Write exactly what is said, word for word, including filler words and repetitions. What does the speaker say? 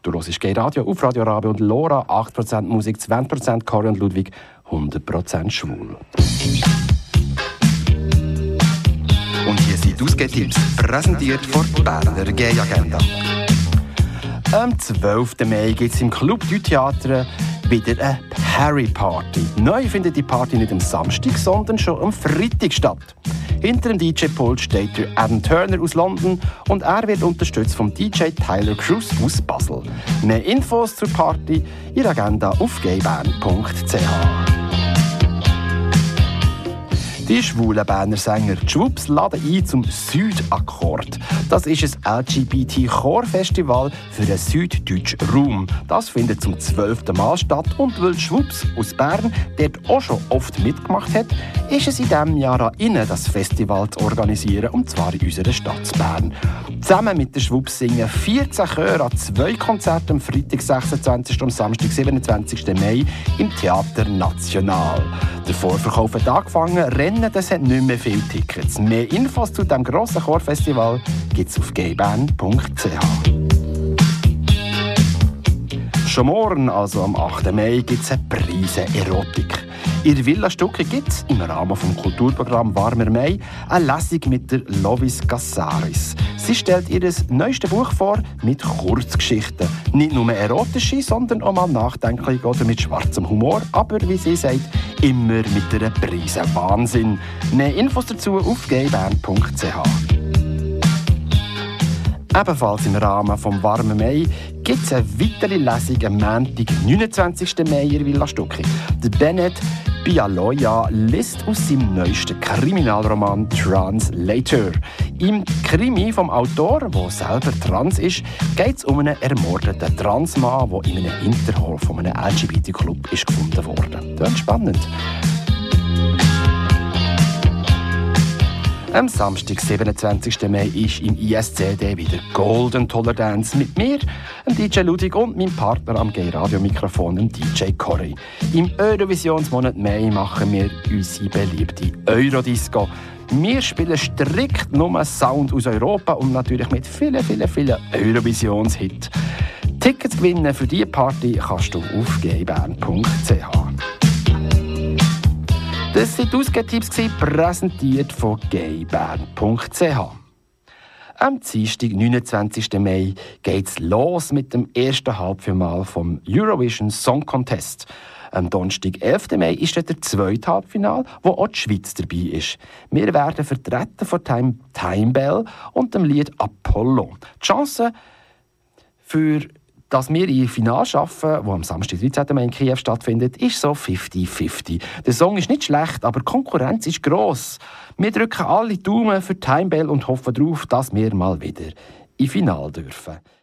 Du hörst Gay Radio auf Radio Rabe und Lora, acht Prozent Musik, zwanzig Prozent Cory und Ludwig, hundert Prozent schwul. Und hier sind die Ausgehtipps, präsentiert von der Berner Gay Agenda. Am zwölften Mai gibt es im Club du Theater wieder eine Harry Party. Neu findet die Party nicht am Samstag, sondern schon am Freitag statt. Hinter dem D J-Pult steht der Adam Turner aus London und er wird unterstützt vom D J Tyler Cruz aus Basel. Mehr Infos zur Party in der Agenda auf gayband punkt c h. Die schwulen Berner Sänger die Schwupps laden ein zum Südakkord. Das ist ein L G B T-Chorfestival für den süddeutschen Raum. Das findet zum zwölften Mal statt und weil die Schwupps aus Bern dort auch schon oft mitgemacht hat, ist es in diesem Jahr an ihnen, das Festival zu organisieren, und zwar in unserer Stadt Bern. Zusammen mit den Schwupps singen vierzehn Chöre an zwei Konzerten am Freitag, sechsundzwanzigsten und Samstag, siebenundzwanzigsten Mai im Theater National. Der Vorverkauf hat angefangen, Rennen, das hat nicht mehr viele Tickets. Mehr Infos zu diesem grossen Chorfestival gibt es auf gayband punkt c h. Schon morgen, also am achten Mai, gibt es eine Prise Erotik. In der Villa Stucki gibt es im Rahmen des Kulturprogramms Warmer Mai eine Lesung mit der Lovis Cassaris. Sie stellt ihr neuestes Buch vor mit Kurzgeschichten. Nicht nur erotische, sondern auch mal nachdenklich oder mit schwarzem Humor, aber wie sie sagt, immer mit einer Prise Wahnsinn. Mehr Infos dazu auf gayband punkt c h. Ebenfalls im Rahmen des Warmen Mai gibt es eine weitere Lesung am Montag, neunundzwanzigsten Mai in Villa Stucki. Der Bennett Bialoya liest aus seinem neuesten Kriminalroman «Translator». Im Krimi vom Autor, der selber trans ist, geht es um einen ermordeten Transmann, der in einem Hinterhof von einem L G B T-Club gefunden wurde. Das ist spannend. Am Samstag, siebenundzwanzigsten Mai, ist im I S C D wieder Golden Toller Dance mit mir, dem D J Ludwig und meinem Partner am Gay-Radio-Mikrofon, dem D J Cory. Im Eurovisionsmonat Mai machen wir unsere beliebte Eurodisco. Wir spielen strikt nur Sound aus Europa und natürlich mit vielen, vielen, vielen Eurovisionshits. Tickets gewinnen für diese Party kannst du auf gayband punkt c h. Das waren die Ausgehtipps, präsentiert von gayband punkt c h. Am Dienstag, neunundzwanzigsten Mai, geht es los mit dem ersten Halbfinale vom Eurovision Song Contest. Am Donnerstag, elften Mai, ist dann der zweite Halbfinale, wo auch die Schweiz dabei ist. Wir werden vertreten von Time, Time Bell und dem Lied Apollo. Die Chance für dass wir in Finale schaffen, das am Samstag, dreizehnten Mai in Kiew stattfindet, ist so fifty fifty. Der Song ist nicht schlecht, aber die Konkurrenz ist gross. Wir drücken alle Daumen für Time Bell und hoffen darauf, dass wir mal wieder in Finale dürfen.